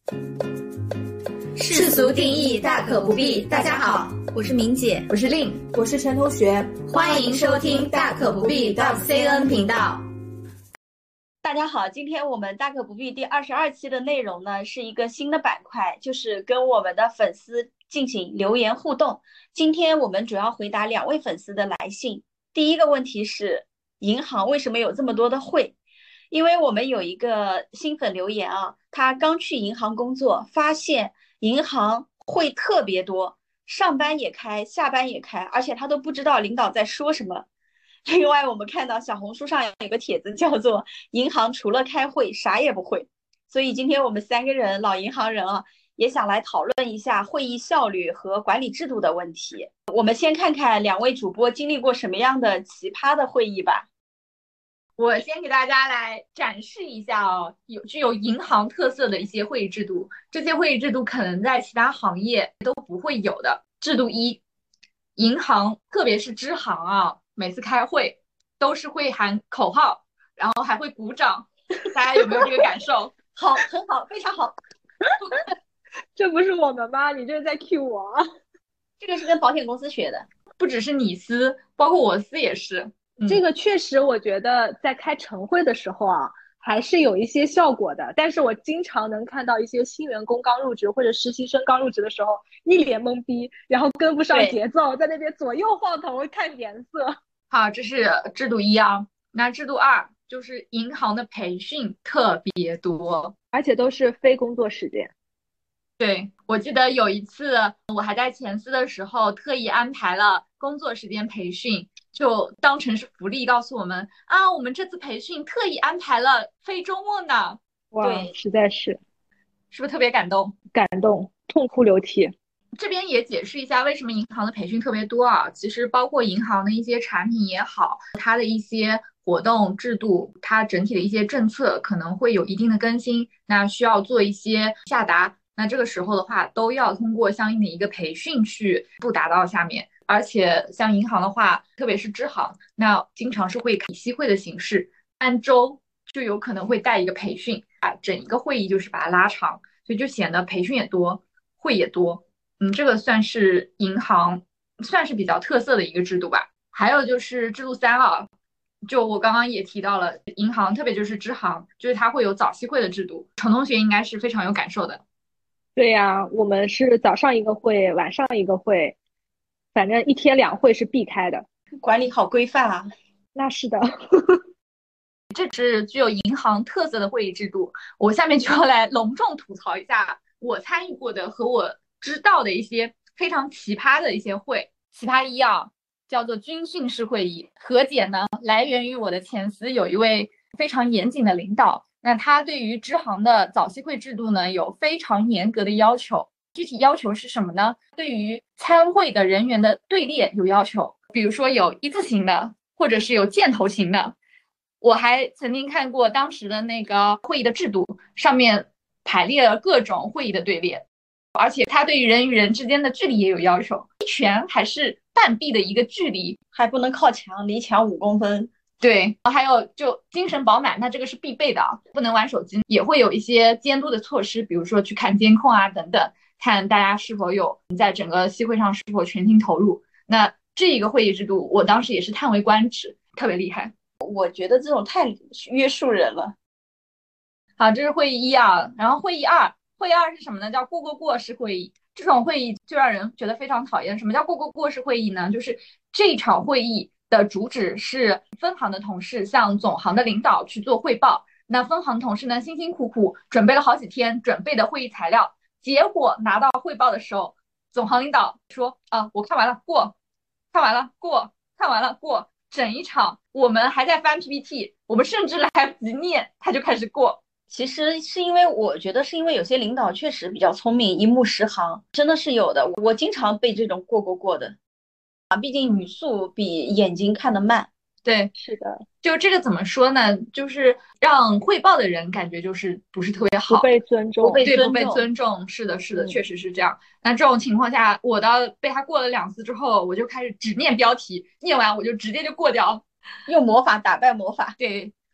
世俗定义大可不必。大家好， 我是明姐， 我是令， 我是陈同学， 欢迎收听大可不必 .cn 频道。 大家好，今天我们大可不必第22期的内容呢，是一个新的板块，就是跟我们的粉丝进行留言互动。今天我们主要回答2位粉丝的来信。第一个问题是，银行为什么有这么多的会？因为我们有一个新粉留言啊，他刚去银行工作，发现银行会特别多，上班也开，下班也开，而且他都不知道领导在说什么。另外我们看到小红书上有个帖子叫做银行除了开会啥也不会。所以今天我们3个人老银行人啊，也想来讨论一下会议效率和管理制度的问题。我们先看看2位主播经历过什么样的奇葩的会议吧。 我先给大家来展示一下具有银行特色的一些会议制度。这些会议制度可能在其他行业都不会有的。制度1，银行特别是支行啊，每次开会都是会喊口号，然后还会鼓掌。大家有没有这个感受？ 好，很好，非常好。 这不是我们吗？你这是在 cue 我啊？ 这个是跟保险公司学的。 不只是你司，包括我司也是。 这个确实我觉得在开晨会的时候啊，还是有一些效果的。但是我经常能看到一些新员工刚入职或者实习生刚入职的时候，一脸懵逼，然后跟不上节奏，在那边左右晃头看脸色。 好，这是制度1啊。那制度2就是银行的培训特别多， 而且都是非工作时间。 对，我记得有一次我还在前司的时候，特意安排了工作时间培训，就当成是福利告诉我们啊，我们这次培训特意安排了非周末呢。 哇， 对， 实在是不是特别感动？ 感动，痛哭流涕。 这边也解释一下为什么银行的培训特别多啊。其实包括银行的一些产品也好，它的一些活动制度，它整体的一些政策可能会有一定的更新，那需要做一些下达。那这个时候的话，都要通过相应的一个培训去布达到下面。而且像银行的话，特别是支行，那经常是会以息会的形式，按周就有可能会带一个培训啊，整一个会议就是把它拉长，所以就显得培训也多，会也多。这个算是银行算是比较特色的一个制度吧。还有就是制度3啊，就我刚刚也提到了，银行特别就是支行，就是它会有早息会的制度。程同学应该是非常有感受的。 对呀，我们是早上一个会，晚上一个会，反正1天2会是必开的。 管理好规范啊。 那是的。 这是具有银行特色的会议制度。我下面就要来隆重吐槽一下我参与过的和我知道的一些非常奇葩的一些会。奇葩1啊，叫做军训式会议。何解呢？来源于我的前司有一位非常严谨的领导，那他对于支行的早息会制度呢，有非常严格的要求。具体要求是什么呢？对于参会的人员的队列有要求，比如说有一字形的，或者是有箭头形的。我还曾经看过当时的那个会议的制度，上面排列了各种会议的队列，而且他对于人与人之间的距离也有要求，一拳还是半臂的一个距离， 还不能靠墙，离墙5公分。 对，还有就精神饱满，那这个是必备的，不能玩手机，也会有一些监督的措施，比如说去看监控啊等等，看大家是否有在整个息会上是否全心投入。那这一个会议制度，我当时也是叹为观止，特别厉害。 我觉得这种太约束人了。 好，这是会议1啊，然后会议2，会议2是什么呢？叫过式会议。这种会议就让人觉得非常讨厌。什么叫过式会议呢？就是这一场会议的主旨是分行的同事向总行的领导去做汇报，那分行同事呢辛辛苦苦准备了好几天准备的会议材料，结果拿到汇报的时候，总行领导说啊，我看完了过，看完了过，看完了过，整一场我们还在翻 PPT， 我们甚至来不及念他就开始过。 其实是因为我觉得是因为有些领导确实比较聪明，一目十行，真的是有的。我经常被这种过的啊，毕竟语速比眼睛看得慢。 对， 是的， 就这个怎么说呢？就是让汇报的人感觉就是不是特别好， 不被尊重， 不被尊重。是的，确实是这样。那这种情况下，我被他过了2次之后，我就开始只念标题，念完我就直接就过掉， 用魔法打败魔法。 对，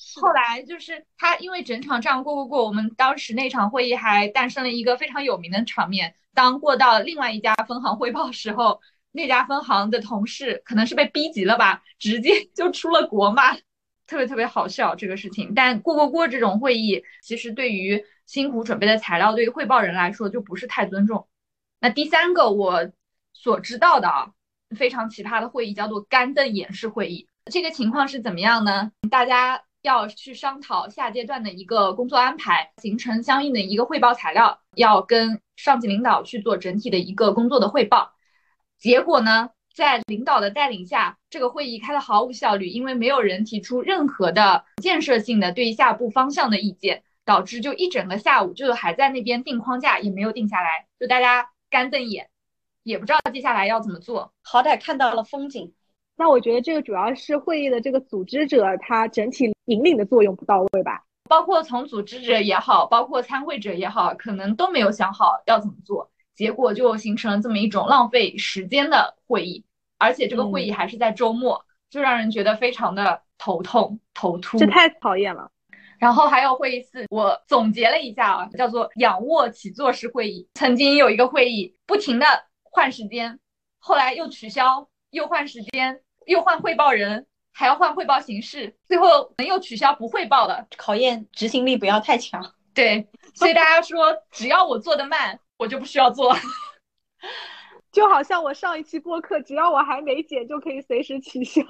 后来就是他因为整场这样过，我们当时那场会议还诞生了一个非常有名的场面。当过到另外一家分行汇报时候，那家分行的同事可能是被逼急了吧，直接就出了国骂，特别特别好笑这个事情。但过这种会议，其实对于辛苦准备的材料，对于汇报人来说就不是太尊重。那第三个我所知道的非常奇葩的会议叫做干瞪眼式会议。这个情况是怎么样呢？大家要去商讨下阶段的一个工作安排，形成相应的一个汇报材料，要跟上级领导去做整体的一个工作的汇报。结果呢，在领导的带领下，这个会议开得毫无效率，因为没有人提出任何的建设性的对下步方向的意见，导致就一整个下午就还在那边定框架，也没有定下来，就大家干瞪眼，也不知道接下来要怎么做。 好歹看到了风景。 那我觉得这个主要是会议的这个组织者他整体引领的作用不到位吧， 包括从组织者也好，包括参会者也好，可能都没有想好要怎么做，结果就形成了这么一种浪费时间的会议，而且这个会议还是在周末，就让人觉得非常的头痛头秃， 这太讨厌了。 然后还有会议4，我总结了一下叫做仰卧起坐式会议。曾经有一个会议不停的换时间，后来又取消，又换时间，又换汇报人，还要换汇报形式，最后又取消不汇报了， 考验执行力不要太强。 对，所以大家说只要我做得慢，我就不需要做。 就好像我上一期播客，只要我还没剪就可以随时取消。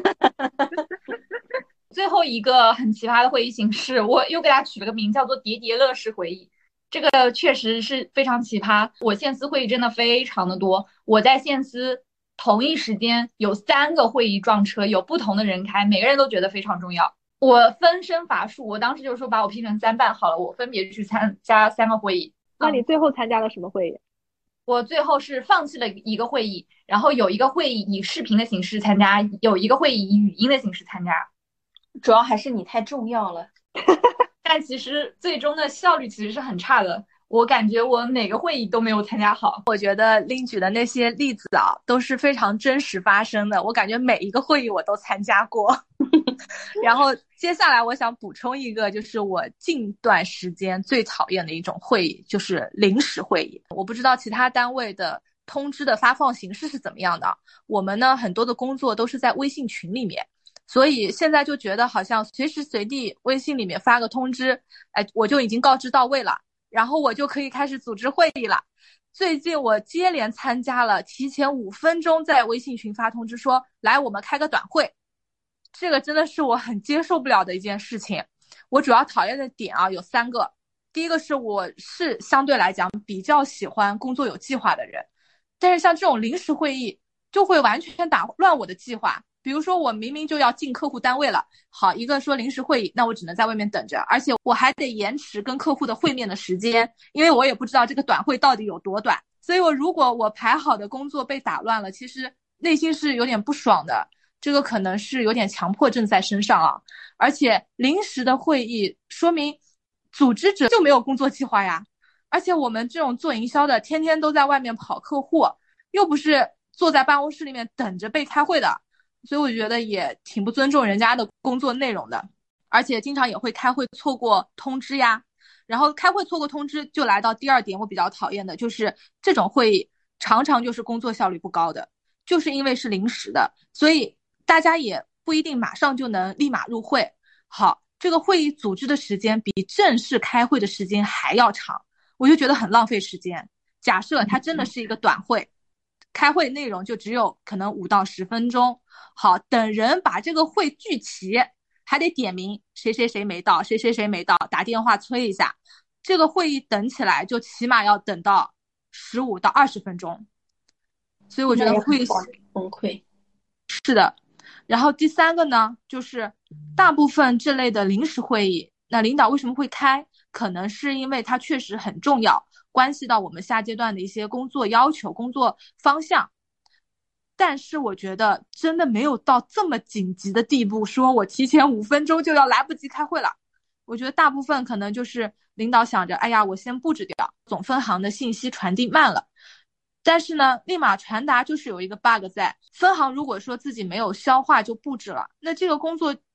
最后一个很奇葩的会议形式，我又给它取了个名叫做叠叠乐式会议。这个确实是非常奇葩，我线司会议真的非常的多，我在线司同一时间有3个会议撞车，有不同的人开，每个人都觉得非常重要。我分身乏术，我当时就说把我劈成3半好了，我分别去参加3个会议。 那你最后参加了什么会议？ 我最后是放弃了一个会议，然后有一个会议以视频的形式参加，有一个会议以语音的形式参加。 主要还是你太重要了。 但其实最终的效率其实是很差的，我感觉我哪个会议都没有参加好。 我觉得拎举的那些例子都是非常真实发生的，我感觉每一个会议我都参加过。然后接下来我想补充一个，就是我近段时间最讨厌的一种会议，就是临时会议。我不知道其他单位的通知的发放形式是怎么样的，我们呢很多的工作都是在微信群里面，所以现在就觉得好像随时随地微信里面发个通知，我就已经告知到位了，然后我就可以开始组织会议了。最近我接连参加了提前5分钟在微信群发通知说来我们开个短会，这个真的是我很接受不了的一件事情。我主要讨厌的点有3个。第一个是我是相对来讲比较喜欢工作有计划的人，但是像这种临时会议就会完全打乱我的计划。比如说我明明就要进客户单位了，好，一个说临时会议，那我只能在外面等着，而且我还得延迟跟客户的会面的时间，因为我也不知道这个短会到底有多短。所以如果我排好的工作被打乱了，其实内心是有点不爽的，这个可能是有点强迫症在身上而且临时的会议说明组织者就没有工作计划呀，而且我们这种做营销的天天都在外面跑客户，又不是坐在办公室里面等着被开会的，所以我觉得也挺不尊重人家的工作内容的。而且经常也会开会错过通知呀，然后开会错过通知就来到第2点我比较讨厌的，就是这种会议常常就是工作效率不高的，就是因为是临时的，所以大家也不一定马上就能立马入会。好，这个会议组织的时间比正式开会的时间还要长，我就觉得很浪费时间。假设它真的是一个短会，开会内容就只有可能5到10分钟，好，等人把这个会聚齐，还得点名谁谁谁没到，谁谁谁没到，打电话催一下，这个会议等起来就起码要等到15到20分钟。所以我觉得会议崩溃。 是的。然后第3个呢，就是大部分这类的临时会议，那领导为什么会开？可能是因为它确实很重要，关系到我们下阶段的一些工作要求、工作方向。但是我觉得真的没有到这么紧急的地步，说我提前5分钟就要来不及开会了。我觉得大部分可能就是领导想着，哎呀，我先布置掉，总分行的信息传递慢了。但是呢，立马传达就是有一个 bug 在，分行如果说自己没有消化就布置了，那这个工作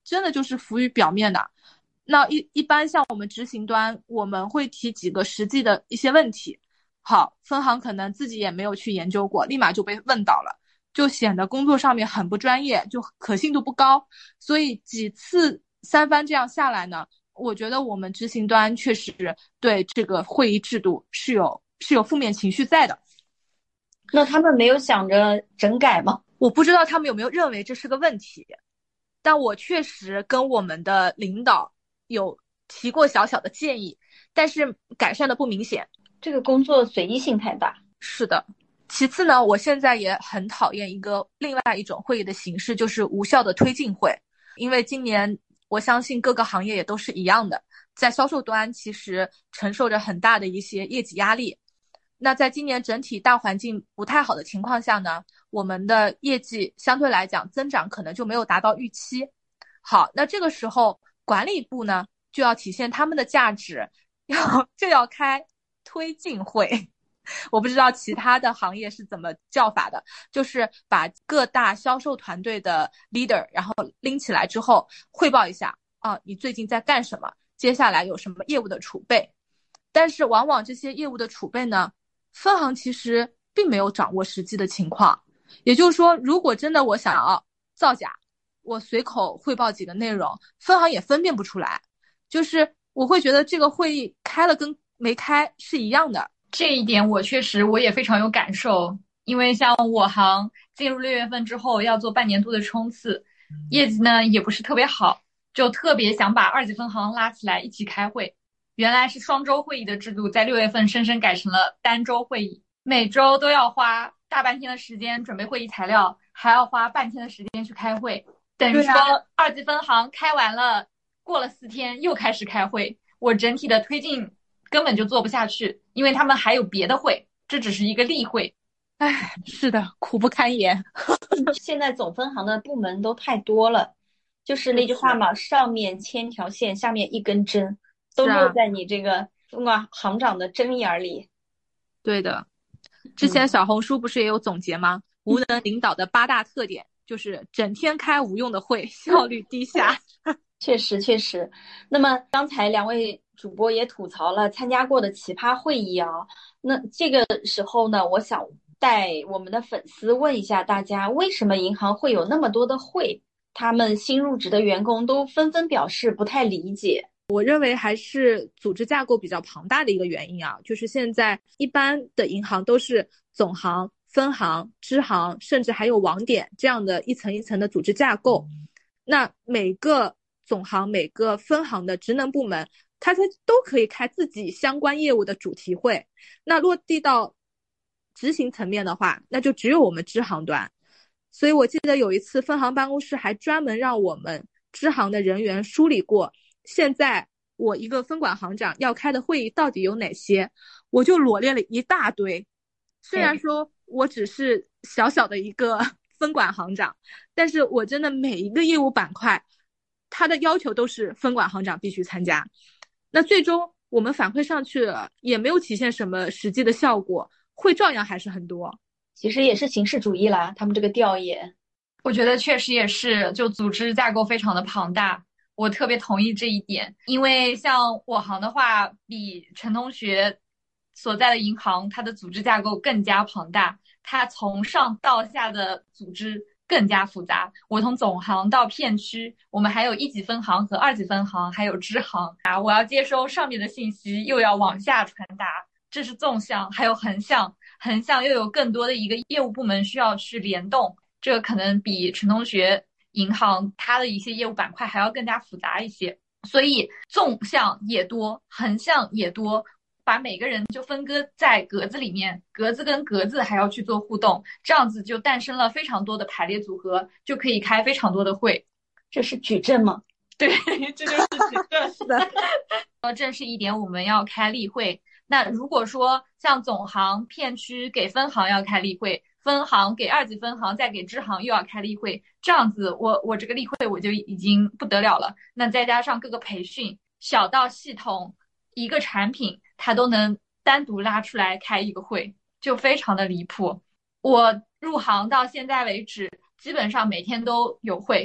真的就是浮于表面的。那一般像我们执行端，我们会提几个实际的一些问题，好，分行可能自己也没有去研究过，立马就被问到了，就显得工作上面很不专业，就可信度不高。所以几次三番这样下来呢，我觉得我们执行端确实对这个会议制度是有负面情绪在的。 那他们没有想着整改吗？ 我不知道他们有没有认为这是个问题，但我确实跟我们的领导有提过小小的建议，但是改善的不明显。 这个工作随意性太大。 是的。其次呢，我现在也很讨厌另外一种会议的形式，就是无效的推进会。因为今年我相信各个行业也都是一样的，在销售端其实承受着很大的一些业绩压力。那在今年整体大环境不太好的情况下呢，我们的业绩相对来讲增长可能就没有达到预期。好，那这个时候管理部呢就要体现他们的价值，就要开推进会。我不知道其他的行业是怎么叫法的，就是把各大销售团队的 leader 然后拎起来之后汇报一下啊，你最近在干什么，接下来有什么业务的储备。但是往往这些业务的储备呢，分行其实并没有掌握实际的情况。也就是说，如果真的我想要造假，我随口汇报几个内容，分行也分辨不出来。就是我会觉得这个会议开了跟没开是一样的。 这一点我确实也非常有感受，因为像我行进入6月份之后要做半年度的冲刺，业绩呢也不是特别好，就特别想把2级分行拉起来一起开会。原来是双周会议的制度，在6月份深深改成了单周会议，每周都要花大半天的时间准备会议材料，还要花半天的时间去开会，等于说2级分行开完了，过了4天又开始开会，我整体的推进根本就做不下去，因为他们还有别的会，这只是一个例会。 唉，是的，苦不堪言。 现在总分行的部门都太多了，就是那句话嘛，上面牵条线，下面一根针，都落在你这个行长的针眼里。 对的，之前小红书不是也有总结吗？无能领导的8大特点，就是整天开无用的会，效率低下。 确实。那么刚才2位主播也吐槽了参加过的奇葩会议啊，那这个时候呢，我想带我们的粉丝问一下大家，为什么银行会有那么多的会？他们新入职的员工都纷纷表示不太理解。 我认为还是组织架构比较庞大的一个原因啊，就是现在一般的银行都是总行、分行、支行，甚至还有网点这样的一层一层的组织架构。那每个总行、每个分行的职能部门，它都可以开自己相关业务的主题会。那落地到执行层面的话，那就只有我们支行端。所以我记得有一次分行办公室还专门让我们支行的人员梳理过，现在我一个分管行长要开的会议到底有哪些，我就罗列了一大堆。虽然说我只是小小的一个分管行长，但是我真的每一个业务板块他的要求都是分管行长必须参加。那最终我们反馈上去了，也没有体现什么实际的效果，会照样还是很多。 其实也是形式主义啦，他们这个调研。 我觉得确实也是，就组织架构非常的庞大，我特别同意这一点。因为像我行的话，比陈同学所在的银行，它的组织架构更加庞大，它从上到下的组织更加复杂。我从总行到片区，我们还有1级分行和2级分行，还有支行啊，我要接收上面的信息，又要往下传达，这是纵向，还有横向，横向又有更多的一个业务部门需要去联动，这个可能比陈同学银行它的一些业务板块还要更加复杂一些。所以纵向也多，横向也多，把每个人就分割在格子里面，格子跟格子还要去做互动，这样子就诞生了非常多的排列组合，就可以开非常多的会。 这是矩阵吗？ 对，这就是矩阵。是的。正式一点，我们要开例会。那如果说像总行、片区给分行要开例会，分行给2级分行，再给支行又要开例会，这样子我这个例会我就已经不得了了。那再加上各个培训，小到系统一个产品，它都能单独拉出来开一个会，就非常的离谱。我入行到现在为止，基本上每天都有会，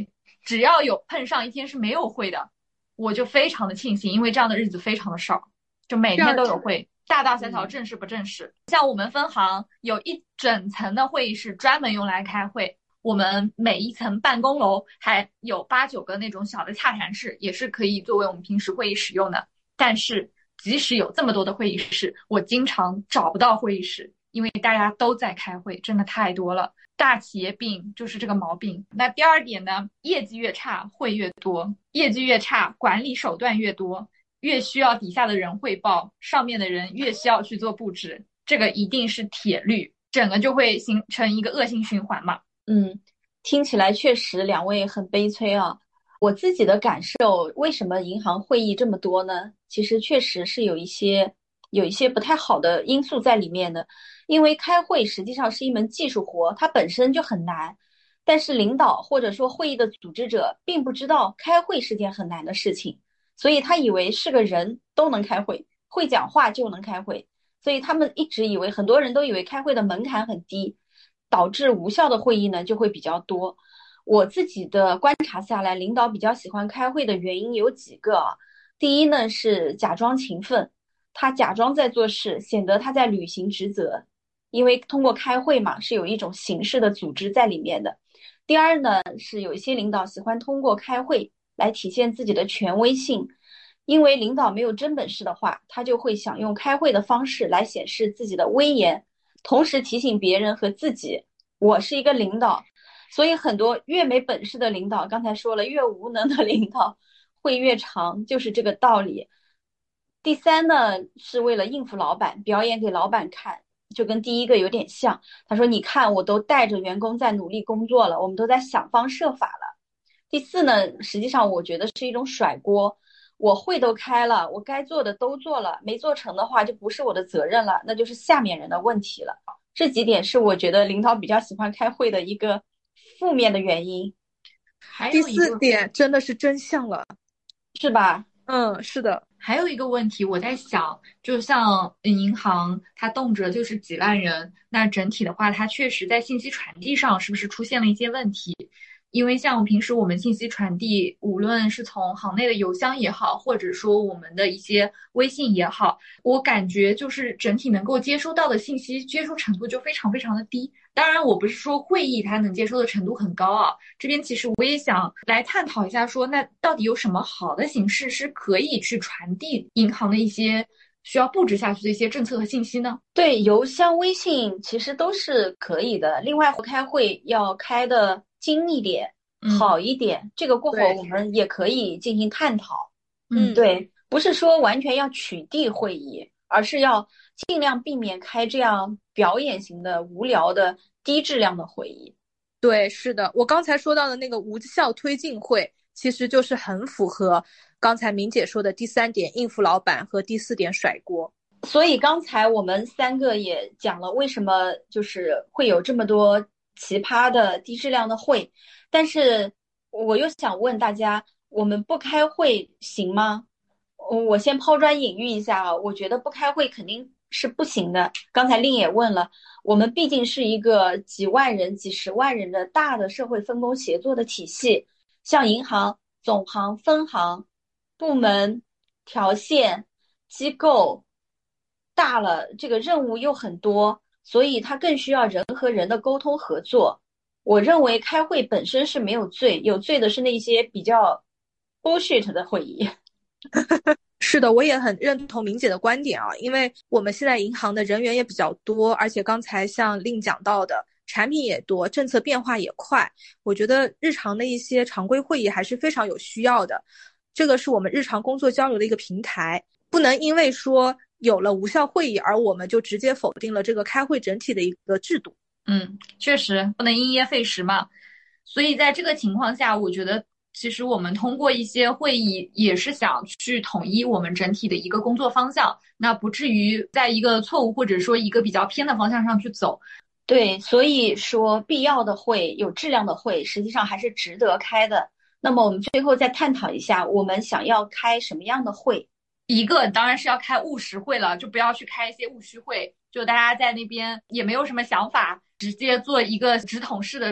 只要有碰上一天是没有会的，我就非常的庆幸，因为这样的日子非常的少，就每天都有会，大大小小正事不正事。像我们分行有一整层的会议室专门用来开会，我们每一层办公楼还有8、9个那种小的洽谈室，也是可以作为我们平时会议使用的。但是即使有这么多的会议室，我经常找不到会议室，因为大家都在开会，真的太多了。大企业病就是这个毛病。那第二点呢，业绩越差会越多，业绩越差管理手段越多，越需要底下的人汇报，上面的人越需要去做布置，这个一定是铁律，整个就会形成一个恶性循环嘛。 听起来确实两位很悲催啊。我自己的感受，为什么银行会议这么多呢？其实确实是有一些不太好的因素在里面的。因为开会实际上是一门技术活，它本身就很难，但是领导或者说会议的组织者并不知道开会是件很难的事情，所以他以为是个人都能开会，会讲话就能开会，所以他们一直以为，很多人都以为开会的门槛很低，导致无效的会议呢就会比较多。我自己的观察下来，领导比较喜欢开会的原因有几个啊。第一呢是假装勤奋，他假装在做事，显得他在履行职责，因为通过开会嘛，是有一种形式的组织在里面的。第二呢是有一些领导喜欢通过开会来体现自己的权威性，因为领导没有真本事的话，他就会想用开会的方式来显示自己的威严，同时提醒别人和自己，我是一个领导。所以很多越没本事的领导，刚才说了，越无能的领导会越长，就是这个道理。第三呢，是为了应付老板，表演给老板看，就跟第一个有点像。他说你看，我都带着员工在努力工作了，我们都在想方设法了。第四呢，实际上我觉得是一种甩锅，我会都开了，我该做的都做了，没做成的话就不是我的责任了，那就是下面人的问题了。这几点是我觉得领导比较喜欢开会的一个负面的原因。 第4点真的是真相了， 是吧？ 是的。 还有一个问题我在想，就像银行它动辄就是几万人，那整体的话它确实在信息传递上是不是出现了一些问题？因为像平时我们信息传递，无论是从行内的邮箱也好，或者说我们的一些微信也好，我感觉就是整体能够接收到的信息接收程度就非常非常的低。当然我不是说会议它能接收的程度很高啊，这边其实我也想来探讨一下说，那到底有什么好的形式是可以去传递银行的一些需要布置下去的一些政策和信息呢？ 对，邮箱、微信其实都是可以的。另外，开会要开的精密点、好一点，这个过后我们也可以进行探讨。对，不是说完全要取缔会议，而是要尽量避免开这样表演型的、无聊的、低质量的会议。 对，是的，我刚才说到的那个无效推进会，其实就是很符合刚才明姐说的第3点应付老板和第4点甩锅。 所以刚才我们3个也讲了为什么就是会有这么多奇葩的低质量的会，但是我又想问大家，我们不开会行吗？我先抛砖引玉一下啊，我觉得不开会肯定是不行的。刚才令也问了，我们毕竟是一个几万人、几十万人的大的社会分工协作的体系，像银行、总行、分行、部门、条线、机构大了，这个任务又很多，所以它更需要人和人的沟通合作。我认为开会本身是没有罪，有罪的是那些比较 bullshit 的会议。 是的，我也很认同明姐的观点啊，因为我们现在银行的人员也比较多，而且刚才像令讲到的，产品也多，政策变化也快，我觉得日常的一些常规会议还是非常有需要的。这个是我们日常工作交流的一个平台，不能因为说有了无效会议而我们就直接否定了这个开会整体的一个制度。 确实不能因噎废食嘛。所以在这个情况下，我觉得其实我们通过一些会议也是想去统一我们整体的一个工作方向，那不至于在一个错误或者说一个比较偏的方向上去走。 对，所以说必要的会、有质量的会实际上还是值得开的。那么我们最后再探讨一下，我们想要开什么样的会？ 一个当然是要开务实会了，就不要去开一些务虚会，就大家在那边也没有什么想法，直接做一个直筒式的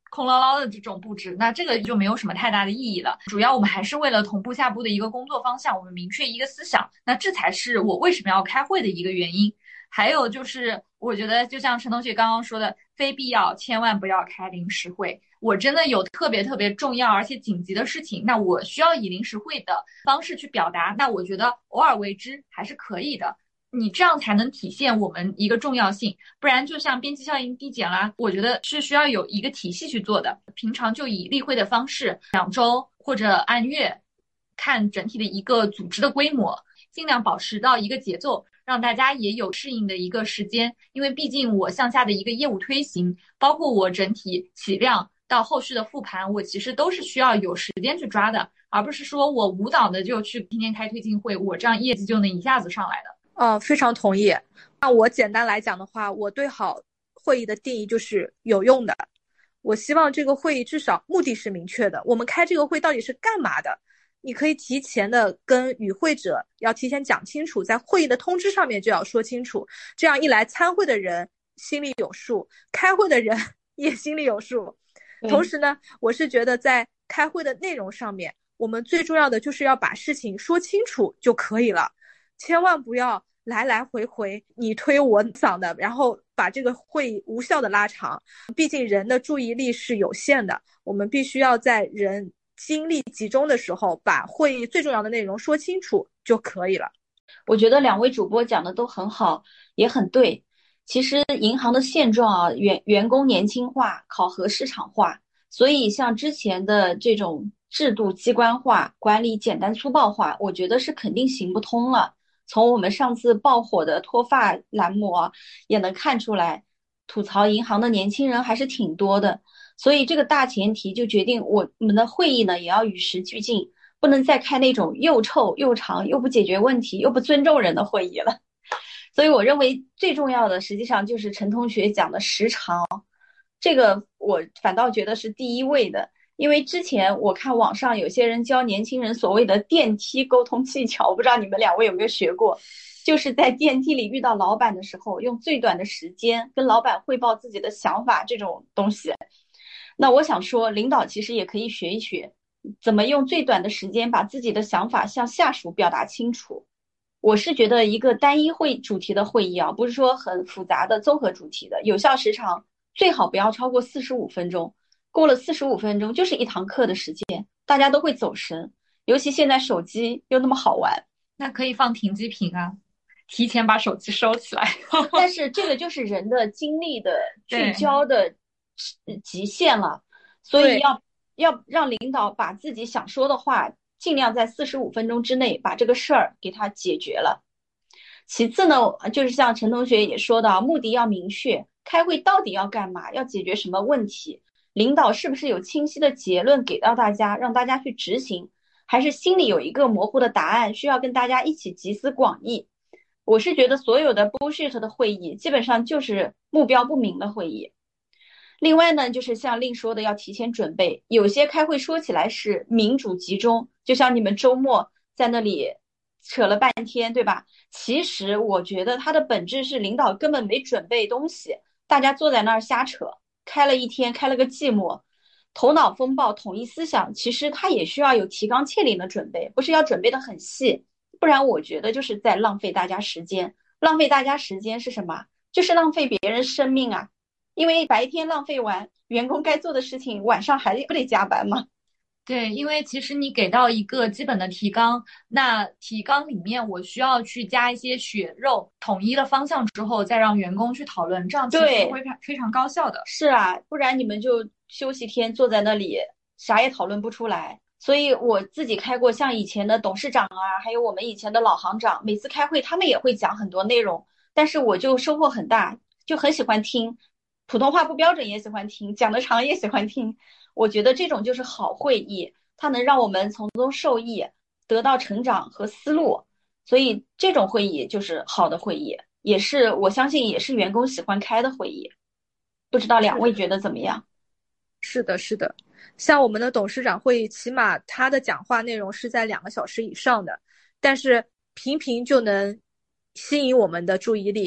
空落落的这种布置，那这个就没有什么太大的意义了。主要我们还是为了同步下部的一个工作方向，我们明确一个思想，那这才是我为什么要开会的一个原因。还有就是，我觉得就像陈同学刚刚说的，非必要千万不要开临时会。我真的有特别特别重要而且紧急的事情，那我需要以临时会的方式去表达，那我觉得偶尔为之还是可以的。你这样才能体现我们一个重要性，不然就像边际效应递减啦，我觉得是需要有一个体系去做的。平常就以例会的方式，2周或者按月看整体的一个组织的规模，尽量保持到一个节奏，让大家也有适应的一个时间。因为毕竟我向下的一个业务推行，包括我整体起量到后续的复盘，我其实都是需要有时间去抓的，而不是说我无脑的就去天天开推进会，我这样业绩就能一下子上来的。 非常同意。那我简单来讲的话，我对好会议的定义就是有用的。我希望这个会议至少目的是明确的，我们开这个会到底是干嘛的？你可以提前的跟与会者要提前讲清楚，在会议的通知上面就要说清楚。这样一来，参会的人心里有数，开会的人也心里有数。同时呢，我是觉得在开会的内容上面，我们最重要的就是要把事情说清楚就可以了，千万不要来来回回你推我搡的，然后把这个会议无效的拉长。毕竟人的注意力是有限的，我们必须要在人精力集中的时候，把会议最重要的内容说清楚就可以了。 我觉得2位主播讲的都很好，也很对。其实银行的现状啊，员工年轻化，考核市场化，所以像之前的这种制度机关化、管理简单粗暴化，我觉得是肯定行不通了。从我们上次爆火的脱发栏目啊，也能看出来，吐槽银行的年轻人还是挺多的。所以这个大前提就决定我们的会议呢，也要与时俱进，不能再开那种又臭又长又不解决问题又不尊重人的会议了。所以我认为最重要的实际上就是陈同学讲的时长，这个我反倒觉得是第一位的。因为之前我看网上有些人教年轻人所谓的电梯沟通技巧，我不知道你们2位有没有学过，就是在电梯里遇到老板的时候，用最短的时间跟老板汇报自己的想法，这种东西。那我想说，领导其实也可以学一学，怎么用最短的时间把自己的想法向下属表达清楚。我是觉得一个单一主题的会议啊，不是说很复杂的综合主题的，有效时长最好不要超过45分钟。过了45分钟就是一堂课的时间，大家都会走神，尤其现在手机又那么好玩。 那可以放停机坪啊，提前把手机收起来。 但是这个就是人的精力的聚焦的极限了，所以要让领导把自己想说的话尽量在45分钟之内把这个事儿给他解决了。其次呢，就是像陈同学也说的，目的要明确，开会到底要干嘛，要解决什么问题，领导是不是有清晰的结论给到大家，让大家去执行，还是心里有一个模糊的答案，需要跟大家一起集思广益。我是觉得所有的 bullshit 的会议基本上就是目标不明的会议。另外呢，就是像令说的要提前准备，有些开会说起来是民主集中，就像你们周末在那里扯了半天，对吧？其实我觉得它的本质是领导根本没准备东西，大家坐在那儿瞎扯，开了一天，开了个寂寞，头脑风暴统一思想，其实它也需要有提纲挈领的准备，不是要准备的很细，不然我觉得就是在浪费大家时间。浪费大家时间是什么？就是浪费别人生命啊！因为白天浪费完，员工该做的事情，晚上还不得加班吗？ 对，因为其实你给到一个基本的提纲，那提纲里面我需要去加一些血肉，统一了方向之后，再让员工去讨论，这样其实会非常高效的。 是啊，不然你们就休息天坐在那里，啥也讨论不出来。所以我自己开过像以前的董事长啊，还有我们以前的老行长，每次开会他们也会讲很多内容，但是我就收获很大，就很喜欢听，普通话不标准也喜欢听，讲得长也喜欢听。我觉得这种就是好会议，它能让我们从中受益，得到成长和思路，所以这种会议就是好的会议，也是我相信也是员工喜欢开的会议。不知道2位觉得怎么样？ 是的，是的，像我们的董事长会议，起码他的讲话内容是在2个小时以上的，但是频频就能吸引我们的注意力，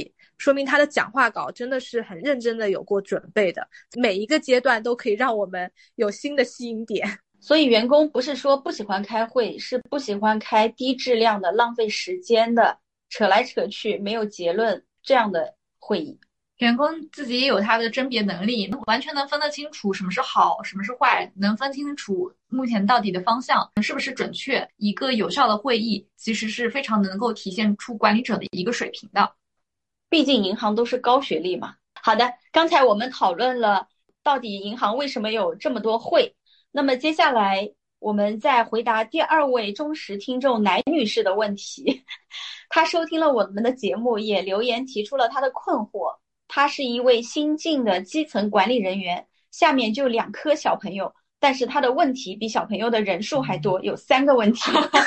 说明他的讲话稿真的是很认真的有过准备的，每一个阶段都可以让我们有新的吸引点。 所以员工不是说不喜欢开会，是不喜欢开低质量的、浪费时间的、扯来扯去没有结论这样的会议。 员工自己也有他的甄别能力，完全能分得清楚什么是好，什么是坏，能分清楚目前到底的方向是不是准确。一个有效的会议其实是非常能够体现出管理者的一个水平的。 毕竟银行都是高学历嘛。好的，刚才我们讨论了到底银行为什么有这么多会，那么接下来我们再回答第二位忠实听众南女士的问题。她收听了我们的节目，也留言提出了她的困惑。她是一位新进的基层管理人员，下面就2颗小朋友，但是她的问题比小朋友的人数还多，有3个问题。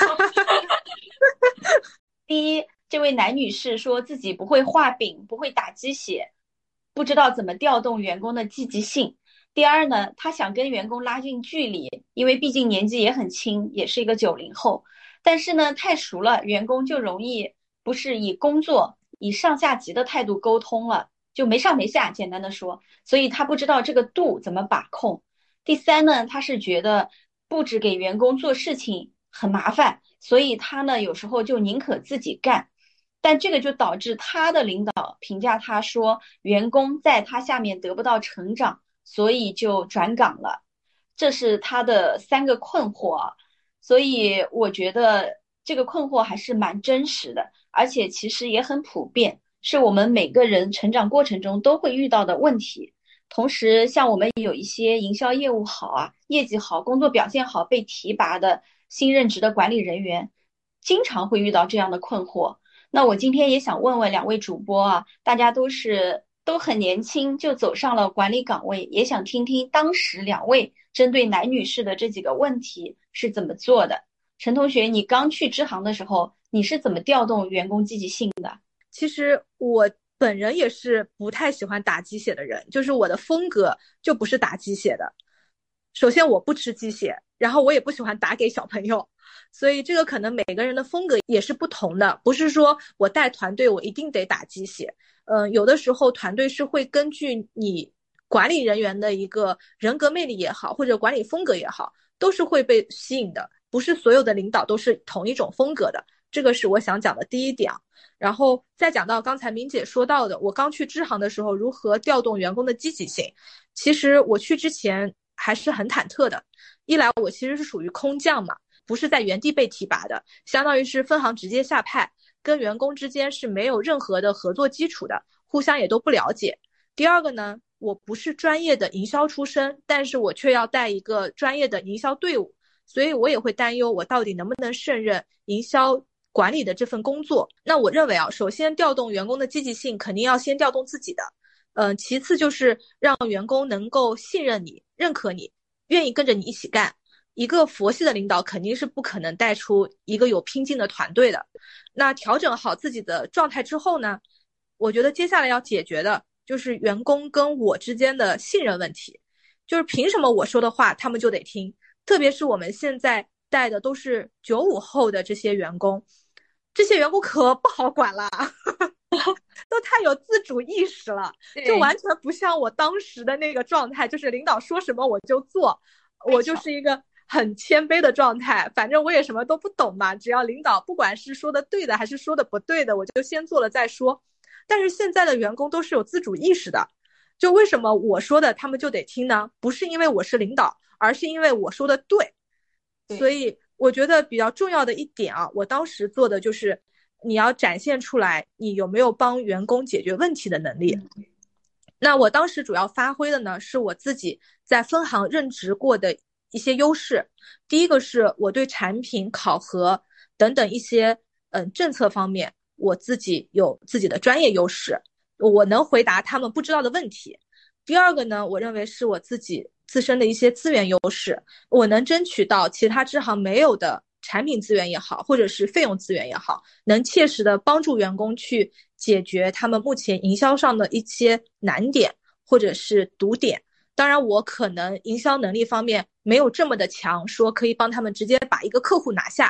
第一，这位男女士说自己不会画饼，不会打鸡血，不知道怎么调动员工的积极性。第二呢，她想跟员工拉近距离，因为毕竟年纪也很轻，也是一个90后，但是呢，太熟了，员工就容易不是以工作、以上下级的态度沟通了，就没上没下，简单的说，所以她不知道这个度怎么把控。第三呢，她是觉得布置给员工做事情很麻烦，所以她呢有时候就宁可自己干，但这个就导致她的领导评价她说员工在她下面得不到成长，所以就转岗了。这是她的3个困惑，所以我觉得这个困惑还是蛮真实的，而且其实也很普遍，是我们每个人成长过程中都会遇到的问题。同时像我们有一些营销业务好啊，业绩好，工作表现好，被提拔的新任职的管理人员经常会遇到这样的困惑。那我今天也想问问2位主播啊，大家都很年轻就走上了管理岗位，也想听听当时2位针对男女士的这几个问题是怎么做的。陈同学，你刚去支行的时候，你是怎么调动员工积极性的？ 其实我本人也是不太喜欢打鸡血的人，就是我的风格就不是打鸡血的。首先我不吃鸡血，然后我也不喜欢打给小朋友，所以这个可能每个人的风格也是不同的，不是说我带团队我一定得打鸡血。有的时候团队是会根据你管理人员的一个人格魅力也好，或者管理风格也好，都是会被吸引的，不是所有的领导都是同一种风格的，这个是我想讲的第一点。然后再讲到刚才明姐说到的，我刚去支行的时候如何调动员工的积极性。其实我去之前还是很忐忑的，一来我其实是属于空降嘛，不是在原地被提拔的，相当于是分行直接下派，跟员工之间是没有任何的合作基础的，互相也都不了解。第二个呢，我不是专业的营销出身，但是我却要带一个专业的营销队伍，所以我也会担忧我到底能不能胜任营销管理的这份工作。那我认为啊，首先调动员工的积极性肯定要先调动自己的，其次就是让员工能够信任你、认可你，愿意跟着你一起干。一个佛系的领导肯定是不可能带出一个有拼劲的团队的。那调整好自己的状态之后呢，我觉得接下来要解决的就是员工跟我之间的信任问题，就是凭什么我说的话他们就得听，特别是我们现在带的都是95后的这些员工，这些员工可不好管了。都太有自主意识了，就完全不像我当时的那个状态，就是领导说什么我就做，我就是一个很谦卑的状态，反正我也什么都不懂嘛，只要领导不管是说的对的还是说的不对的，我就先做了再说。但是现在的员工都是有自主意识的，就为什么我说的他们就得听呢？不是因为我是领导，而是因为我说的对。所以我觉得比较重要的一点啊，我当时做的就是你要展现出来你有没有帮员工解决问题的能力。那我当时主要发挥的呢，是我自己在分行任职过的一些优势。第一个是我对产品考核等等一些政策方面，我自己有自己的专业优势，我能回答他们不知道的问题。第二个呢，我认为是我自己自身的一些资源优势，我能争取到其他支行没有的产品资源也好，或者是费用资源也好，能切实的帮助员工去解决他们目前营销上的一些难点或者是堵点。当然我可能营销能力方面没有这么的强，说可以帮他们直接把一个客户拿下，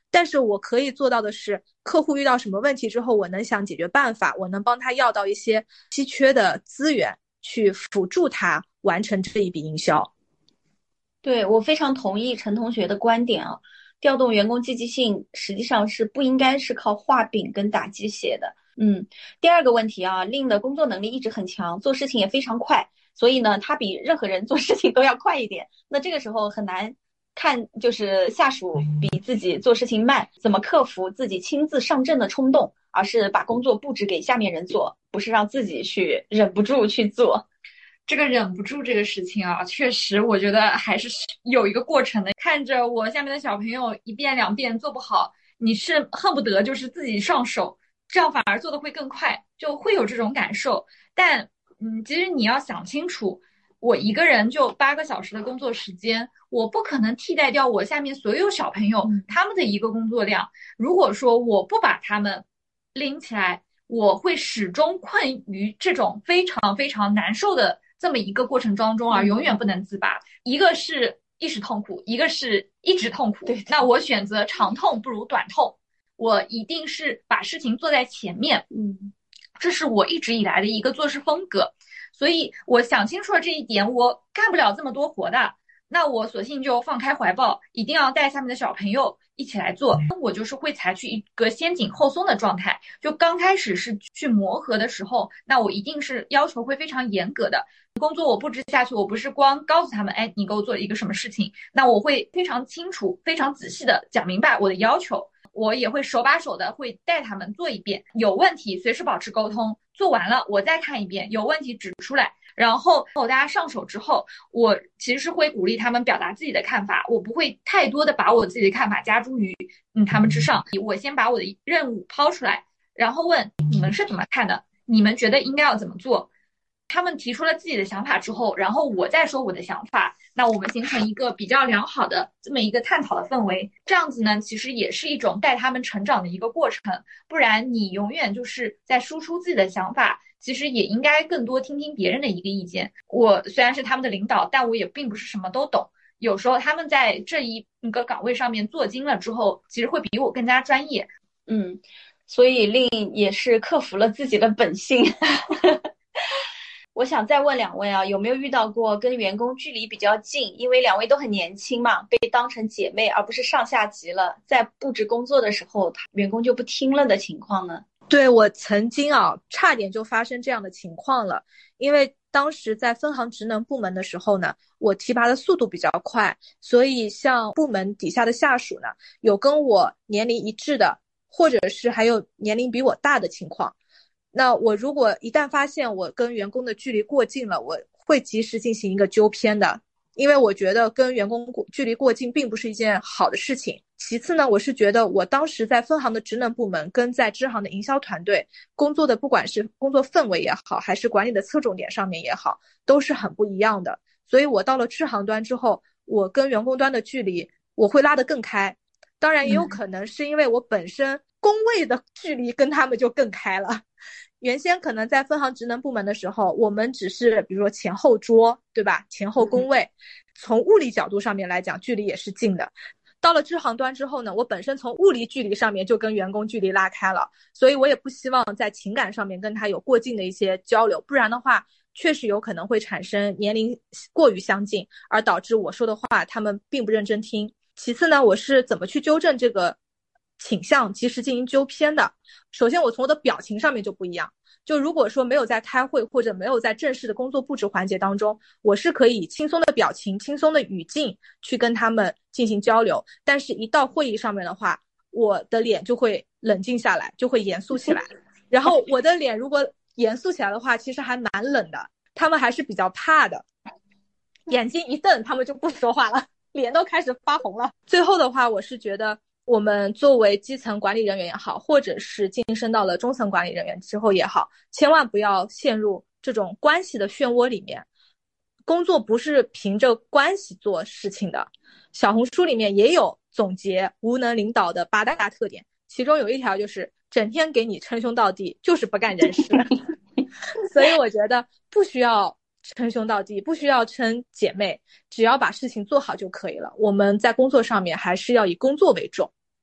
但是我可以做到的是，客户遇到什么问题之后，我能想解决办法，我能帮他要到一些稀缺的资源，去辅助他完成这一笔营销。 对，我非常同意陈同学的观点啊，调动员工积极性实际上是不应该是靠画饼跟打鸡血的。第二个问题啊，令的工作能力一直很强，做事情也非常快，所以呢，他比任何人做事情都要快一点。那这个时候很难看，就是下属比自己做事情慢，怎么克服自己亲自上阵的冲动，而是把工作布置给下面人做，不是让自己去忍不住去做。 这个忍不住这个事情啊，确实我觉得还是有一个过程的。看着我下面的小朋友一遍两遍做不好，你是恨不得就是自己上手，这样反而做的会更快，就会有这种感受。但其实你要想清楚，我一个人就8个小时的工作时间，我不可能替代掉我下面所有小朋友他们的一个工作量。如果说我不把他们拎起来，我会始终困于这种非常非常难受的这么一个过程当中啊，永远不能自拔。一个是一时痛苦，一个是一直痛苦。 对， 那我选择长痛不如短痛，我一定是把事情做在前面。这是我一直以来的一个做事风格。所以我想清楚了这一点，我干不了这么多活的，那我索性就放开怀抱，一定要带下面的小朋友一起来做。我就是会采取一个先紧后松的状态，就刚开始是去磨合的时候，那我一定是要求会非常严格的。工作我布置下去，我不是光告诉他们，哎，你给我做一个什么事情，那我会非常清楚、非常仔细的讲明白我的要求。我也会手把手的会带他们做一遍，有问题随时保持沟通，做完了我再看一遍，有问题指出来。然后大家上手之后，我其实是会鼓励他们表达自己的看法，我不会太多的把我自己的看法加诸于他们之上。我先把我的任务抛出来，然后问你们是怎么看的，你们觉得应该要怎么做。他们提出了自己的想法之后，然后我再说我的想法，那我们形成一个比较良好的这么一个探讨的氛围。这样子呢，其实也是一种带他们成长的一个过程。不然你永远就是在输出自己的想法，其实也应该更多听听别人的一个意见。我虽然是他们的领导，但我也并不是什么都懂。有时候他们在这一个岗位上面做精了之后，其实会比我更加专业。 所以令也是克服了自己的本性。我想再问两位啊，有没有遇到过跟员工距离比较近，因为两位都很年轻嘛，被当成姐妹而不是上下级了，在布置工作的时候，员工就不听了的情况呢？ 对，我曾经差点就发生这样的情况了。因为当时在分行职能部门的时候呢，我提拔的速度比较快，所以像部门底下的下属呢，有跟我年龄一致的，或者是还有年龄比我大的情况。那我如果一旦发现我跟员工的距离过近了，我会及时进行一个纠偏的，因为我觉得跟员工距离过近并不是一件好的事情。其次呢，我是觉得我当时在分行的职能部门跟在支行的营销团队工作的，不管是工作氛围也好，还是管理的侧重点上面也好，都是很不一样的。所以我到了支行端之后，我跟员工端的距离我会拉得更开。当然也有可能是因为我本身工位的距离跟他们就更开了。原先可能在分行职能部门的时候，我们只是比如说前后桌，对吧？前后工位，从物理角度上面来讲，距离也是近的。到了支行端之后呢，我本身从物理距离上面就跟员工距离拉开了，所以我也不希望在情感上面跟他有过近的一些交流，不然的话确实有可能会产生年龄过于相近，而导致我说的话他们并不认真听。其次呢，我是怎么去纠正这个倾向，及时进行纠偏的。首先我从我的表情上面就不一样，就如果说没有在开会或者没有在正式的工作布置环节当中，我是可以轻松的表情、轻松的语境去跟他们进行交流，但是一到会议上面的话，我的脸就会冷静下来，就会严肃起来。然后我的脸如果严肃起来的话，其实还蛮冷的，他们还是比较怕的，眼睛一瞪他们就不说话了，脸都开始发红了。最后的话，我是觉得我们作为基层管理人员也好，或者是晋升到了中层管理人员之后也好，千万不要陷入这种关系的漩涡里面。工作不是凭着关系做事情的。小红书里面也有总结无能领导的8大特点，其中有一条就是整天给你称兄道弟，就是不干人事。所以我觉得不需要称兄道弟，不需要称姐妹，只要把事情做好就可以了。我们在工作上面还是要以工作为重。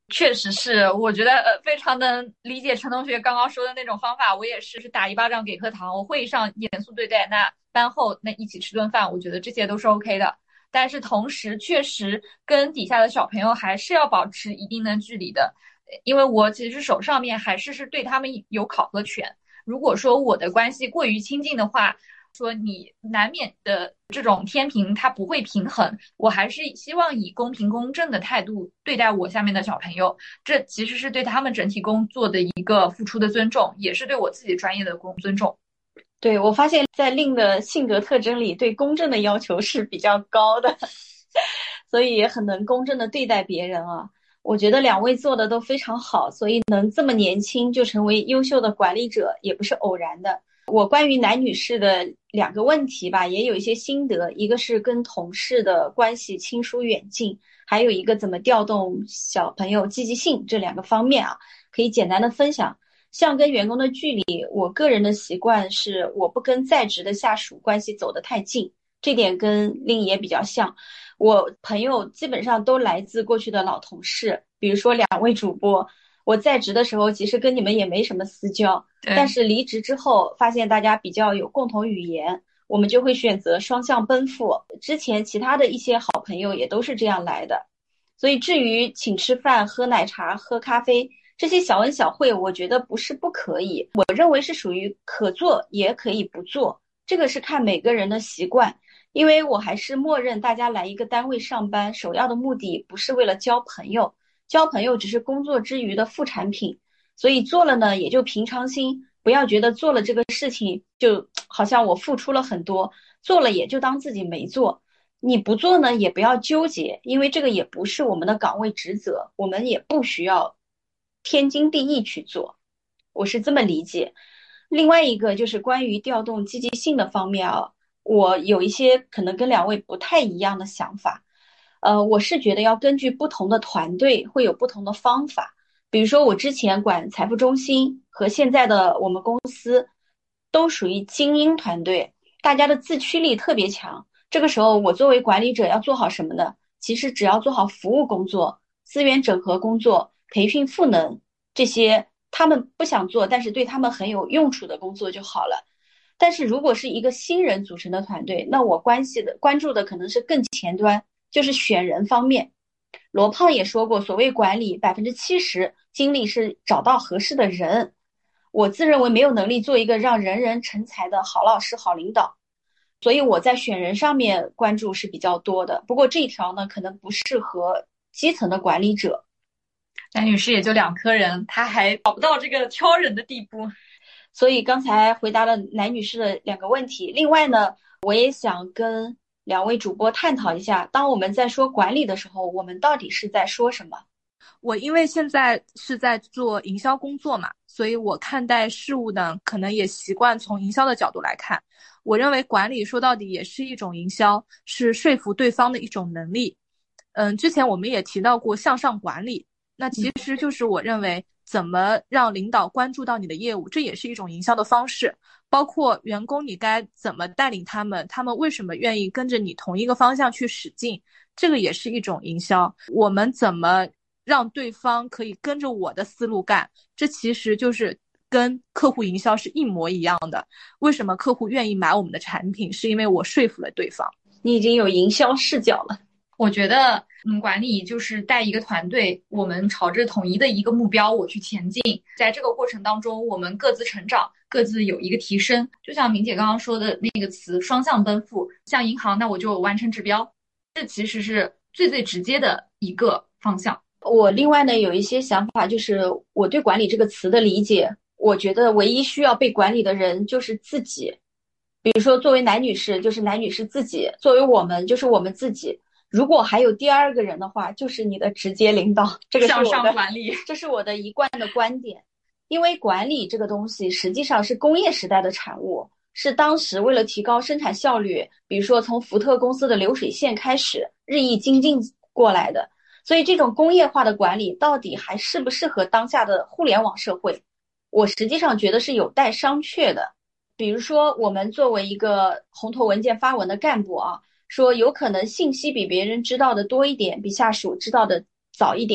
确实是，我觉得非常能理解陈同学刚刚说的那种方法，我也是打一巴掌给颗糖。我会议上严肃对待，那班后那一起吃顿饭，我觉得这些都是 OK 的。但是同时，确实跟底下的小朋友还是要保持一定的距离的，因为我其实手上面还是对他们有考核权。如果说我的关系过于亲近的话，说你难免的这种天平它不会平衡，我还是希望以公平公正的态度对待我下面的小朋友，这其实是对他们整体工作的一个付出的尊重，也是对我自己专业的尊重。 对，我发现在令的性格特征里，对公正的要求是比较高的，所以也很能公正的对待别人啊。我觉得两位做的都非常好，所以能这么年轻就成为优秀的管理者，也不是偶然的。我关于男女士的2个问题吧，也有一些心得，一个是跟同事的关系亲疏远近，还有一个怎么调动小朋友积极性，这2个方面啊，可以简单的分享。像跟员工的距离，我个人的习惯是我不跟在职的下属关系走得太近，这点跟令也比较像。我朋友基本上都来自过去的老同事，比如说2位主播，我在职的时候其实跟你们也没什么私交，但是离职之后发现大家比较有共同语言，我们就会选择双向奔赴。之前其他的一些好朋友也都是这样来的，所以至于请吃饭、喝奶茶、喝咖啡这些小恩小惠，我觉得不是不可以，我认为是属于可做也可以不做，这个是看每个人的习惯。因为我还是默认大家来一个单位上班，首要的目的不是为了交朋友，交朋友只是工作之余的副产品，所以做了呢也就平常心，不要觉得做了这个事情就好像我付出了很多，做了也就当自己没做。你不做呢也不要纠结，因为这个也不是我们的岗位职责，我们也不需要天经地义去做，我是这么理解。另外一个就是关于调动积极性的方面啊，我有一些可能跟2位不太一样的想法。我是觉得要根据不同的团队会有不同的方法。比如说我之前管财富中心和现在的我们公司都属于精英团队，大家的自驱力特别强。这个时候我作为管理者要做好什么呢？其实只要做好服务工作、资源整合工作、培训赋能这些他们不想做但是对他们很有用处的工作就好了。但是如果是一个新人组成的团队，那我关注的可能是更前端，就是选人方面。罗胖也说过，所谓管理70%精力是找到合适的人。我自认为没有能力做一个让人人成才的好老师、好领导，所以我在选人上面关注是比较多的。不过这一条呢，可能不适合基层的管理者。 男女士也就2颗人，他还找不到这个挑人的地步。 所以刚才回答了男女士的2个问题。另外呢，我也想跟2位主播探讨一下，当我们在说管理的时候，我们到底是在说什么？ 我因为现在是在做营销工作嘛，所以我看待事物呢，可能也习惯从营销的角度来看。我认为管理说到底也是一种营销，是说服对方的一种能力。之前我们也提到过向上管理，那其实就是我认为怎么让领导关注到你的业务，这也是一种营销的方式。包括员工你该怎么带领他们，他们为什么愿意跟着你同一个方向去使劲，这个也是一种营销。我们怎么让对方可以跟着我的思路干，这其实就是跟客户营销是一模一样的。为什么客户愿意买我们的产品，是因为我说服了对方。 你已经有营销视角了。 我觉得管理就是带一个团队，我们朝着统一的一个目标我去前进，在这个过程当中我们各自成长，各自有一个提升。就像明姐刚刚说的那个词，双向奔赴。像银行，那我就完成指标，这其实是最直接的一个方向。 我另外呢有一些想法，就是我对管理这个词的理解，我觉得唯一需要被管理的人就是自己。比如说作为男女士就是男女士自己，作为我们就是我们自己，如果还有第2个人的话，就是你的直接领导。这个是向上管理， 这是我的一贯的观点。因为管理这个东西实际上是工业时代的产物，是当时为了提高生产效率，比如说从福特公司的流水线开始日益精进过来的。所以这种工业化的管理到底还适不适合当下的互联网社会，我实际上觉得是有待商榷的。比如说我们作为一个红头文件发文的干部啊，说有可能信息比别人知道的多一点，比下属知道的早一点，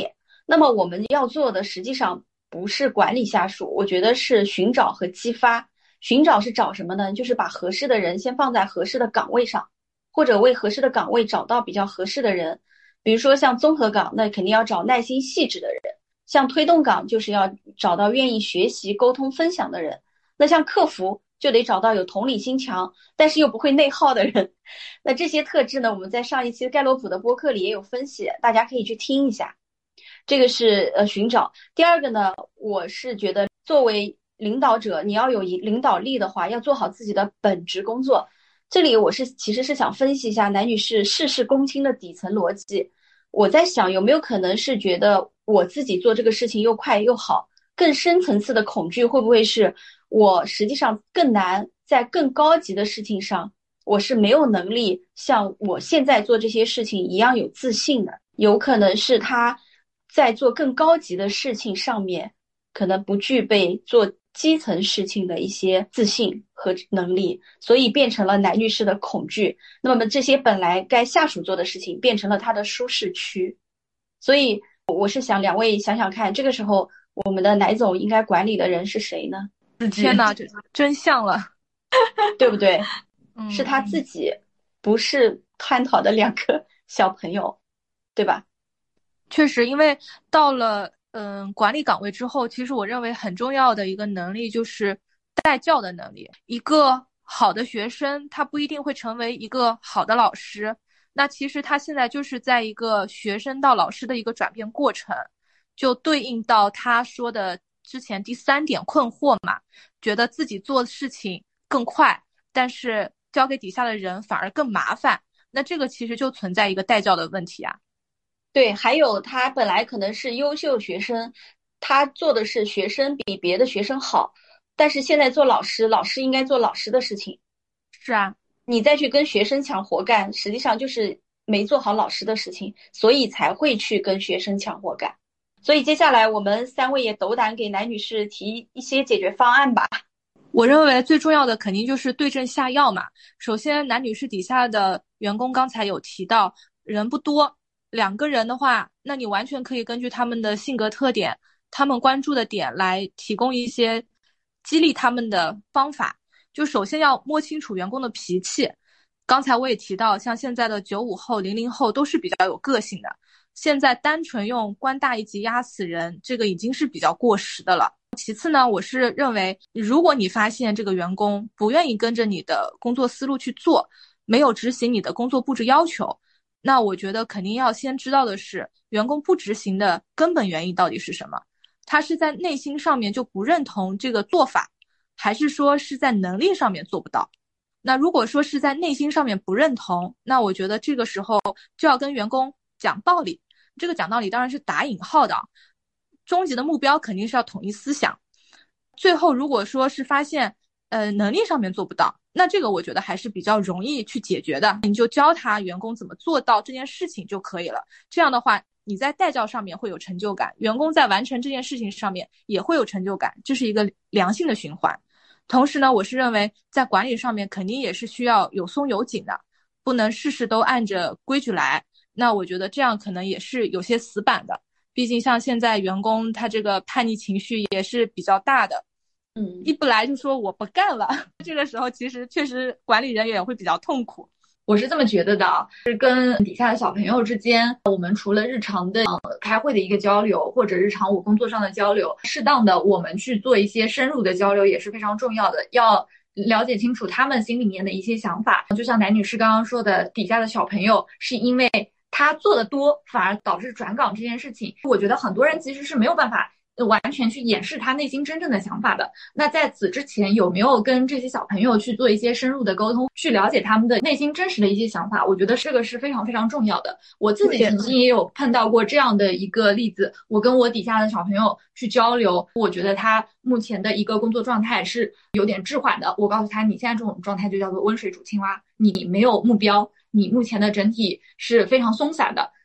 那么我们要做的实际上不是管理下属，我觉得是寻找和激发。寻找是找什么呢？就是把合适的人先放在合适的岗位上，或者为合适的岗位找到比较合适的人。比如说像综合岗，那肯定要找耐心细致的人；像推动岗，就是要找到愿意学习、沟通、分享的人；那像客服，就得找到有同理心强，但是又不会内耗的人。那这些特质呢，我们在上一期盖洛普的播客里也有分析，大家可以去听一下。这个是寻找。第二个呢，我是觉得作为领导者，你要有领导力的话，要做好自己的本职工作。这里我其实是想分析一下南女士事事躬亲的底层逻辑。我在想，有没有可能是觉得我自己做这个事情又快又好，更深层次的恐惧会不会是我实际上更难在更高级的事情上，我是没有能力像我现在做这些事情一样有自信的。有可能是他在做更高级的事情上面可能不具备做基层事情的一些自信和能力，所以变成了南女士的恐惧。那么这些本来该下属做的事情变成了她的舒适区。所以我是想两位想想看，这个时候我们的乃总应该管理的人是谁呢？ 天哪，这真像了， 对不对？是他自己，不是探讨的两个小朋友，对吧？ 确实，因为到了管理岗位之后，其实我认为很重要的一个能力就是带教的能力。一个好的学生，他不一定会成为一个好的老师。那其实他现在就是在一个学生到老师的一个转变过程，就对应到他说的之前第3点困惑嘛，觉得自己做事情更快，但是交给底下的人反而更麻烦。那这个其实就存在一个带教的问题啊。 对，还有他本来可能是优秀学生，他做的是学生比别的学生好，但是现在做老师，老师应该做老师的事情。 是啊， 你再去跟学生抢活干，实际上就是没做好老师的事情，所以才会去跟学生抢活干。所以接下来我们3位也斗胆给南女士提一些解决方案吧。 我认为最重要的肯定就是对症下药嘛。首先，南女士底下的员工刚才有提到，人不多，2个人的话，那你完全可以根据他们的性格特点、他们关注的点来提供一些激励他们的方法。就首先要摸清楚员工的脾气。刚才我也提到，像现在的95后、00后都是比较有个性的。现在单纯用官大一级压死人，这个已经是比较过时的了。其次呢，我是认为，如果你发现这个员工不愿意跟着你的工作思路去做，没有执行你的工作布置要求，那我觉得肯定要先知道的是，员工不执行的根本原因到底是什么？他是在内心上面就不认同这个做法，还是说是在能力上面做不到？那如果说是在内心上面不认同，那我觉得这个时候就要跟员工讲道理。这个讲道理当然是打引号的，终极的目标肯定是要统一思想。最后如果说是发现能力上面做不到，那这个我觉得还是比较容易去解决的，你就教他员工怎么做到这件事情就可以了。这样的话你在带教上面会有成就感，员工在完成这件事情上面也会有成就感，这是一个良性的循环。同时呢，我是认为在管理上面肯定也是需要有松有紧的，不能事事都按着规矩来。那我觉得这样可能也是有些死板的，毕竟像现在员工他这个叛逆情绪也是比较大的，一不来就说我不干了，这个时候其实确实管理人员也会比较痛苦。 我是这么觉得的，是跟底下的小朋友之间，我们除了日常的开会的一个交流，或者日常我工作上的交流，适当的我们去做一些深入的交流也是非常重要的，要了解清楚他们心里面的一些想法。就像南女士刚刚说的，底下的小朋友是因为他做的多，反而导致转岗这件事情，我觉得很多人其实是没有办法完全去掩饰他内心真正的想法的。那在此之前有没有跟这些小朋友去做一些深入的沟通，去了解他们的内心真实的一些想法，我觉得这个是非常非常重要的。我自己曾经也有碰到过这样的一个例子，我跟我底下的小朋友去交流，我觉得他目前的一个工作状态是有点滞缓的，我告诉他，你现在这种状态就叫做温水煮青蛙，你没有目标，你目前的整体是非常松散的，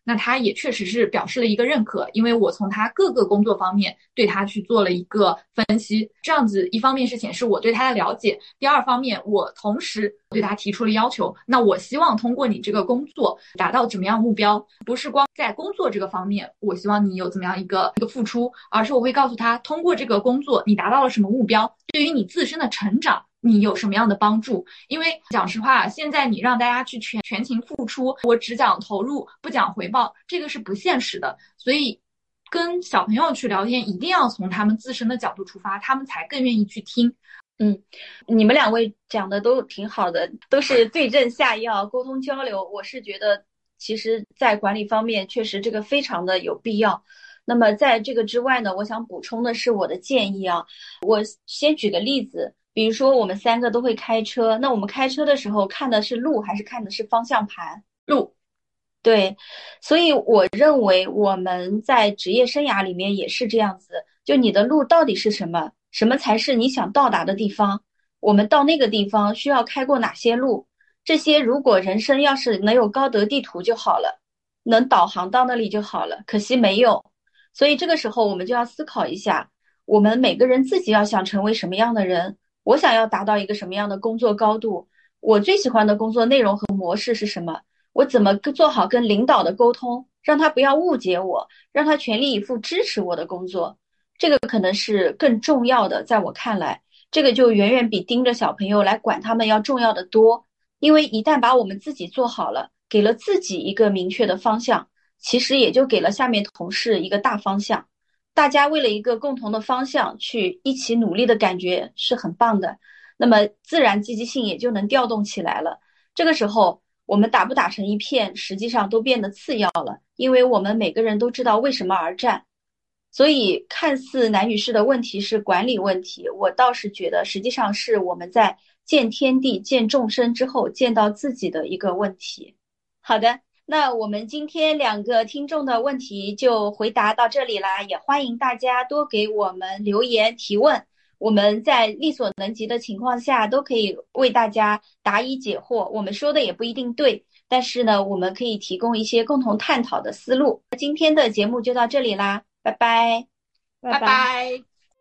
那他也确实是表示了一个认可，因为我从他各个工作方面对他去做了一个分析，这样子一方面是显示我对他的了解，第二方面我同时对他提出了要求，那我希望通过你这个工作达到怎么样目标，不是光在工作这个方面我希望你有怎么样一个付出，而是我会告诉他通过这个工作你达到了什么目标，对于你自身的成长你有什么样的帮助。因为讲实话，现在你让大家去全情付出，我只讲投入不讲回报，这个是不现实的。所以跟小朋友去聊天一定要从他们自身的角度出发，他们才更愿意去听。 你们两位讲的都挺好的，都是对症下药，沟通交流，我是觉得其实在管理方面确实这个非常的有必要。那么在这个之外呢，我想补充的是我的建议啊，我先举个例子，比如说我们3个都会开车，那我们开车的时候看的是路还是看的是方向盘？ 路。 对，所以我认为我们在职业生涯里面也是这样子，就你的路到底是什么，什么才是你想到达的地方，我们到那个地方需要开过哪些路，这些如果人生要是能有高德地图就好了，能导航到那里就好了，可惜没有。所以这个时候我们就要思考一下，我们每个人自己要想成为什么样的人，我想要达到一个什么样的工作高度，我最喜欢的工作内容和模式是什么，我怎么做好跟领导的沟通，让他不要误解我，让他全力以赴支持我的工作，这个可能是更重要的。在我看来，这个就远远比盯着小朋友来管他们要重要的多。因为一旦把我们自己做好了，给了自己一个明确的方向，其实也就给了下面同事一个大方向，大家为了一个共同的方向去一起努力的感觉是很棒的，那么自然积极性也就能调动起来了。这个时候我们打不打成一片实际上都变得次要了，因为我们每个人都知道为什么而战。所以看似南女士的问题是管理问题，我倒是觉得实际上是我们在见天地见众生之后见到自己的一个问题。好的，那我们今天2个听众的问题就回答到这里啦，也欢迎大家多给我们留言提问，我们在力所能及的情况下都可以为大家答疑解惑，我们说的也不一定对，但是呢我们可以提供一些共同探讨的思路。今天的节目就到这里啦，拜拜。 拜拜。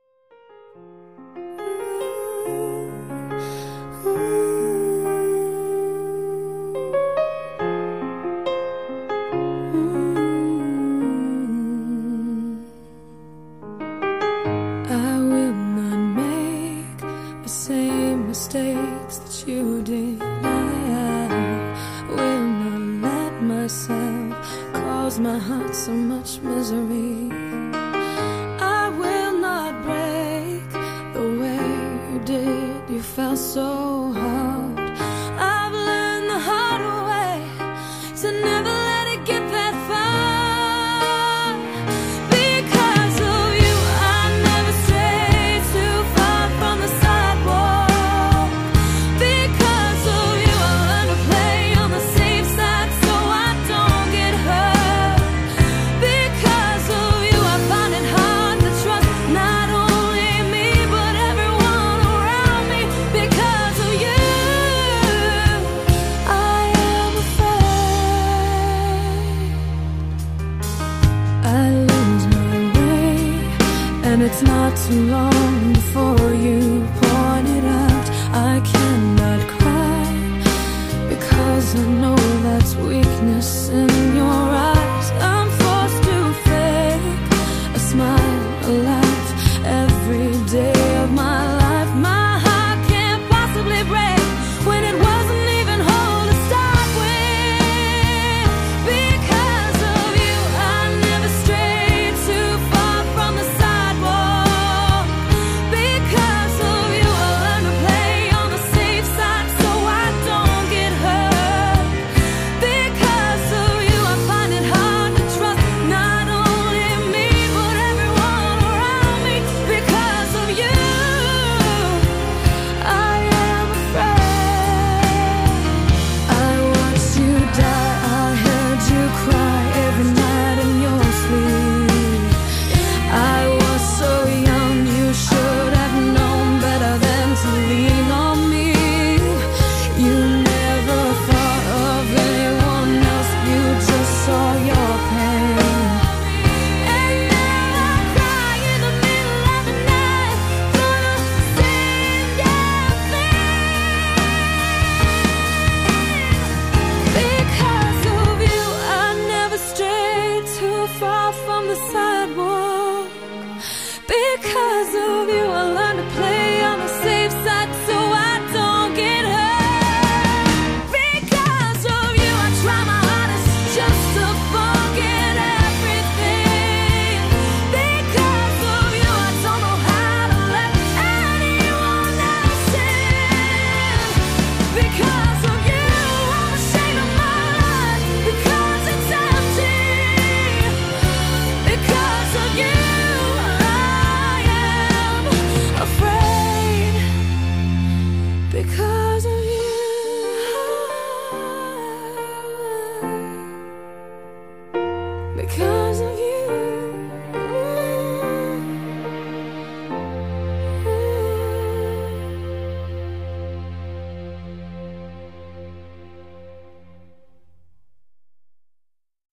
Mistakes that you did, I will not let myself cause my heart so much misery. I will not break the way you did, you fell so hard. I've learned the hard way to never let it get that far. Because of you I never stray too far from the sidewalk. Because of you I learned to play on the safe side so I don't get hurt. Because of you I find it hard to trust not only me but everyone around me. Because of you I am afraid I lose my way, and it's not too long before you point it out. I cannot cry because I know that's weakness in